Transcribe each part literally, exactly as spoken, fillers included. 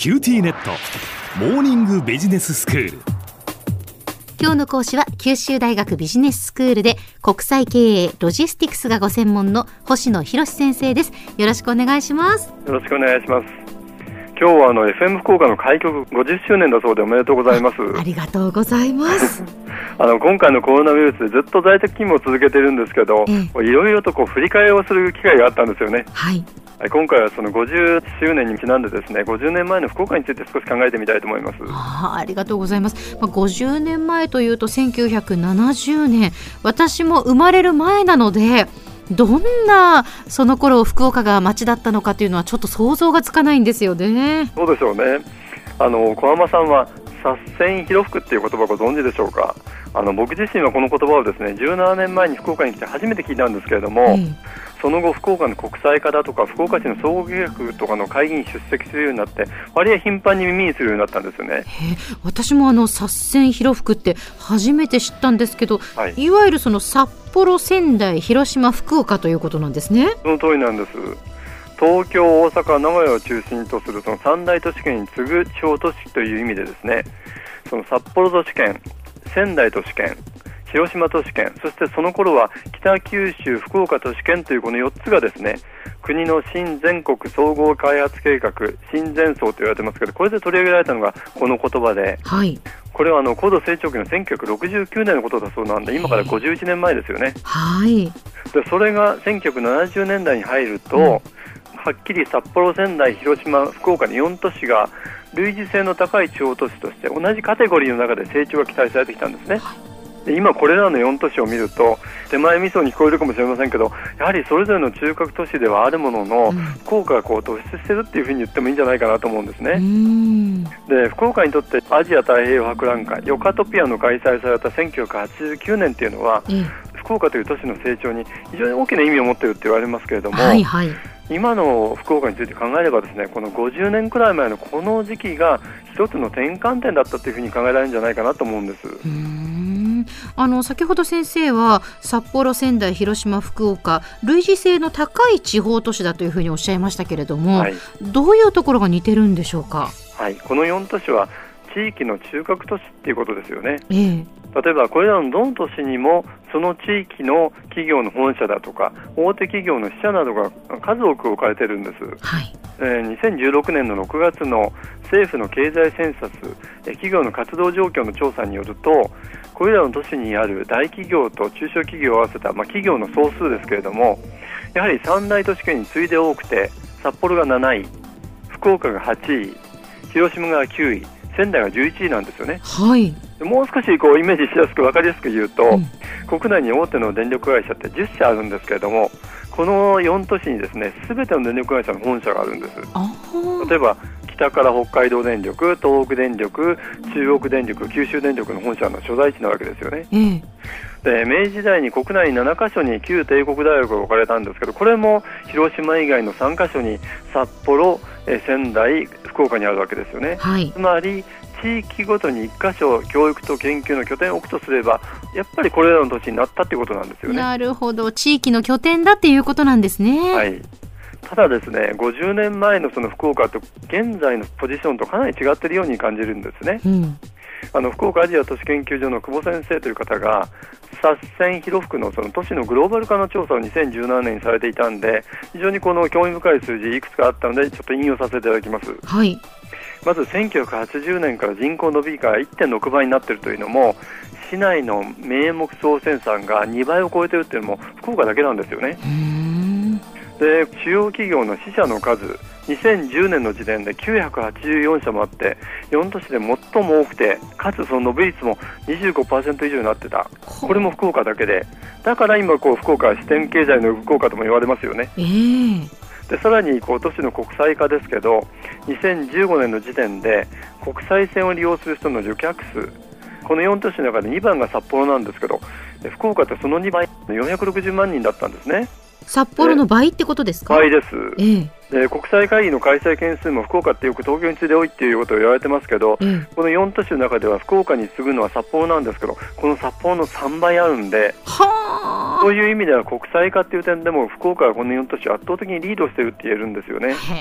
キューティーネットモーニングビジネススクール。 今日の講師は九州大学ビジネススクールで国際経営ロジスティクスがご専門の星野博先生です。よろしくお願いします。 よろしくお願いします。今日はあの エフエム 福岡の開局ごじゅっしゅうねんだそうでおめでとうございます。 あ, ありがとうございますあの今回のコロナウイルスでずっと在宅勤務を続けているんですけど、いろいろとこう振り返りをする機会があったんですよね。 はい、 今回はそのごじゅっしゅうねんにちなんでですね、ごじゅうねんまえの福岡について少し考えてみたいと思います。 あ, ありがとうございます。まあ、ごじゅうねんまえというとせんきゅうひゃくななじゅうねん、私も生まれる前なので、どんなその頃福岡が街だったのかというのはちょっと想像がつかないんですよね。 そうでしょうね。あの小浜さんは殺船広福っていう言葉をご存知でしょうか。あの僕自身はこの言葉をですねじゅうななねんまえに福岡に来て初めて聞いたんですけれども、うん、その後福岡の国際化だとか福岡市の総合計画とかの会議に出席するようになって割合頻繁に耳にするようになったんですよね。 私もあの殺船広福って初めて知ったんですけど、はい、いわゆるその札幌、仙台、広島、福岡ということなんですね。 その通りなんです。東京、大阪、名古屋を中心とするその三大都市圏に次ぐ地方都市という意味でですね、その札幌都市圏、仙台都市圏、広島都市圏、そしてその頃は北九州、福岡都市圏というこのよっつがですね、国の新全国総合開発計画、新全総と言われてますけど、これで取り上げられたのがこの言葉で、はい、これはあの高度成長期のせんきゅうひゃくろくじゅうきゅうねんのことだそうなんで、今からごじゅういちねんまえですよね。 はい、 でそれがせんきゅうひゃくななじゅうねんだいに入ると、うん、はっきり札幌、仙台、広島、福岡のよん都市が類似性の高い地方都市として同じカテゴリーの中で成長が期待されてきたんですね。で今これらのよん都市を見ると手前味噌に聞こえるかもしれませんけど、やはりそれぞれの中核都市ではあるものの、うん、福岡がこう突出してるっていうふうに言ってもいいんじゃないかなと思うんですね。うーんで福岡にとってアジア太平洋博覧会ヨカトピアの開催されたせんきゅうひゃくはちじゅうきゅうねんっていうのは、うん、福岡という都市の成長に非常に大きな意味を持っているって言われますけれども、はいはい、今の福岡について考えればですね、このごじゅうねんくらい前のこの時期が一つの転換点だったというふうに考えられるんじゃないかなと思うんです。 うーんあの先ほど先生は札幌、仙台、広島、福岡類似性の高い地方都市だというふうにおっしゃいましたけれども、はい、どういうところが似てるんでしょうか。 はい、このよん都市は地域の中核都市っていうことですよね。 ええ例えばこれらのどの都市にもその地域の企業の本社だとか大手企業の支社などが数多く置かれているんです、はいえー、にせんじゅうろくねんのろくがつの政府の経済センサス、えー、企業の活動状況の調査によると、これらの都市にある大企業と中小企業を合わせた、まあ、企業の総数ですけれども、やはり三大都市圏に次いで多くて札幌がなない、福岡がはちい、広島がきゅうい、仙台がじゅういちいなんですよね。 はい、 もう少しこうイメージしやすく分かりやすく言うと、うん、国内に大手の電力会社ってじゅっしゃあるんですけれども、このよん都市にですね全ての電力会社の本社があるんです。例えば北から北海道電力、東北電力、中国電力、九州電力の本社の所在地なわけですよね。うんで明治時代に国内にななか所に旧帝国大学が置かれたんですけど、これも広島以外のさんか所に札幌、え仙台、福岡にあるわけですよね。はい、つまり地域ごとにいっか所教育と研究の拠点を置くとすればやっぱりこれらの都市になったということなんですよね。 なるほど、地域の拠点だっていうことなんですね。 はい、ただですねごじゅうねんまえのその福岡と現在のポジションとかなり違っているように感じるんですね。うんあの福岡アジア都市研究所の久保先生という方が殺船広福のその都市のグローバル化の調査をにせんじゅうななねんにされていたんで、非常にこの興味深い数字いくつかあったのでちょっと引用させていただきます。はい、まずせんきゅうひゃくはちじゅうねんから人口伸びが いってんろくばいになっているというのも、市内の名目総生産がにばいを超えているというのも福岡だけなんですよね。うーんで主要企業の支社の数にせんじゅうねんの時点できゅうひゃくはちじゅうよんしゃもあって、よん都市で最も多くてかつその伸び率も にじゅうごパーセント 以上になってた。これも福岡だけで、だから今こう福岡は支店経済の福岡とも言われますよね。えー、でさらにこう都市の国際化ですけど、にせんじゅうごねんの時点で国際線を利用する人の旅客数、このよん都市の中でにばんが札幌なんですけど、福岡ってそのにばいのよんひゃくろくじゅうまんにんだったんですね。 札幌の倍ってことですか。 倍です、 ええ、 で国際会議の開催件数も福岡ってよく東京に次いで多いっていうことを言われてますけど、ええ、このよん都市の中では福岡に次ぐのは札幌なんですけど、この札幌のさんばいあるんで、はそういう意味では国際化っていう点でも福岡はこのよん都市を圧倒的にリードしてるって言えるんですよね。へ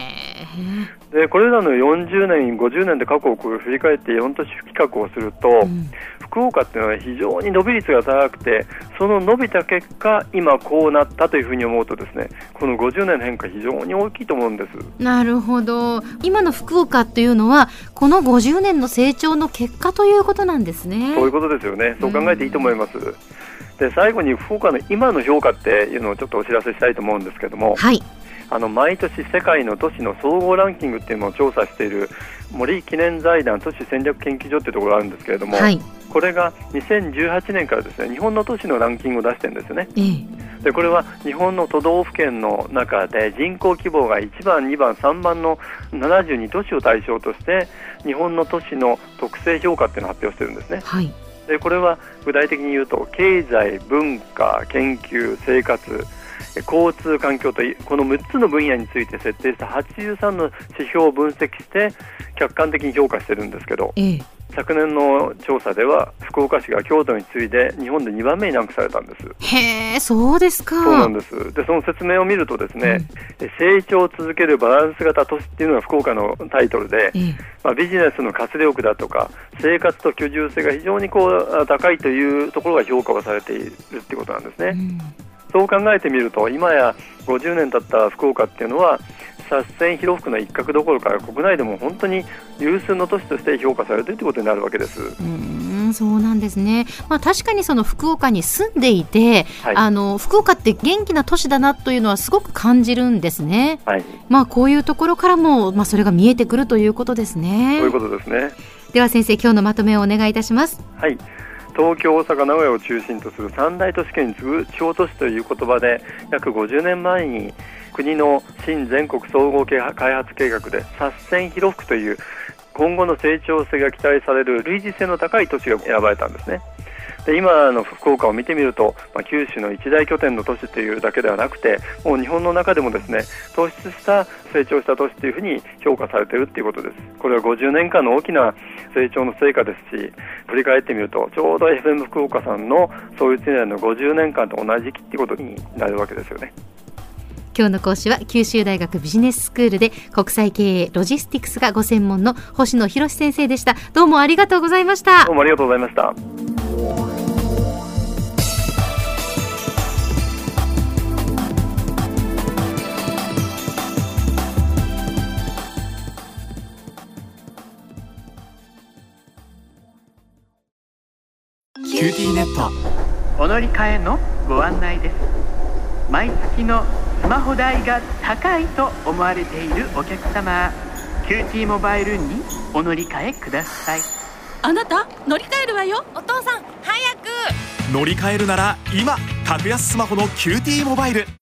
でこれらのよんじゅうねんごじゅうねんで過去を振り返ってよん都市比較をすると、うん、福岡っていうのは非常に伸び率が高くて、その伸びた結果今こうなったというふうに思うとですね、このごじゅうねんの変化非常に大きいと思うんです。 なるほど。今の福岡というのはこのごじゅうねんの成長の結果ということなんですね。 そういうことですよね。そう考えていいと思います。うん、で最後に福岡の今の評価っていうのをちょっとお知らせしたいと思うんですけども、 はい、 あの毎年世界の都市の総合ランキングっていうのを調査している森記念財団都市戦略研究所っていうところがあるんですけれども、はい、これがにせんじゅうはちねんからですね、日本の都市のランキングを出してるんですよね。ええ、でこれは日本の都道府県の中で人口規模がいちばんにばんさんばんのななじゅうに都市を対象として日本の都市の特性評価っていうのを発表してるんですね。はい、でこれは具体的に言うと経済、文化、研究、生活、交通環境とこのむっつの分野について設定したはちじゅうさんの指標を分析して客観的に評価してるんですけど、ええ、昨年の調査では福岡市が京都に次いで日本でにばんめにランクされたんです。 へー、そうですか。 そうなんです。でその説明を見るとですね、うん、成長を続けるバランス型都市っていうのが福岡のタイトルで、ええ、まあ、ビジネスの活力だとか生活と居住性が非常にこう高いというところが評価をされているっていうことなんですね。うん、そう考えてみると今やごじゅうねん経った福岡っていうのは左遷広福の一角どころか国内でも本当に有数の都市として評価されているということになるわけです。 うーん、そうなんですね。まあ、確かにその福岡に住んでいて、はい、あの福岡って元気な都市だなというのはすごく感じるんですね。はい、まあ、こういうところからも、まあ、それが見えてくるということですね。 そういうことですね。 では先生、今日のまとめをお願いいたします。 はい、東京、大阪、名古屋を中心とする三大都市圏に次ぐ地方都市という言葉で約ごじゅうねんまえに国の新全国総合開発計画で左遷広福という今後の成長性が期待される類似性の高い都市が選ばれたんですね。で今の福岡を見てみると、まあ、九州の一大拠点の都市というだけではなくて、もう日本の中でもですね、突出した成長した都市というふうに評価されているということです。これはごじゅうねんかんの大きな成長の成果ですし、振り返ってみるとちょうど エフエム 福岡さんの創立年のごじゅうねんかんと同じ時期ということになるわけですよね。 今日の講師は九州大学ビジネススクールで国際経営ロジスティクスがご専門の星野博先生でした。どうもありがとうございました。 どうもありがとうございました。 キューティーネットお乗り換えのご案内です。毎月のスマホ代が高いと思われているお客様、キューティーモバイルにお乗り換えください。 あなた乗り換えるわよ。お父さん早く。 乗り換えるなら今、格安スマホの キューティーモバイル。